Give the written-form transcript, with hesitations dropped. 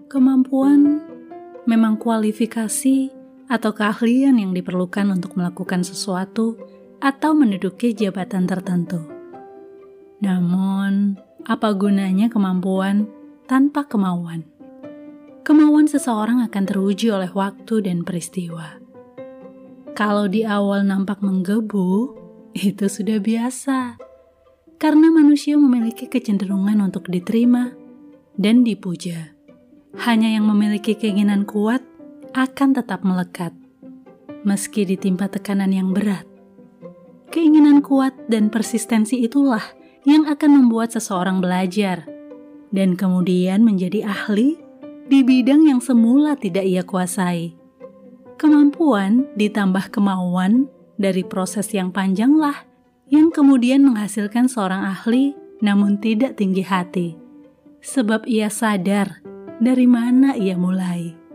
Kemampuan memang kualifikasi atau keahlian yang diperlukan untuk melakukan sesuatu atau menduduki jabatan tertentu. Namun, apa gunanya kemampuan tanpa kemauan? Kemauan seseorang akan teruji oleh waktu dan peristiwa. Kalau di awal nampak menggebu, itu sudah biasa. Karena manusia memiliki kecenderungan untuk diterima dan dipuja. Hanya yang memiliki keinginan kuat akan tetap melekat, meski ditimpa tekanan yang berat. Keinginan kuat dan persistensi itulah yang akan membuat seseorang belajar, dan kemudian menjadi ahli di bidang yang semula tidak ia kuasai. Kemampuan ditambah kemauan dari proses yang panjanglah yang kemudian menghasilkan seorang ahli namun tidak tinggi hati, sebab ia sadar dari mana ia mulai.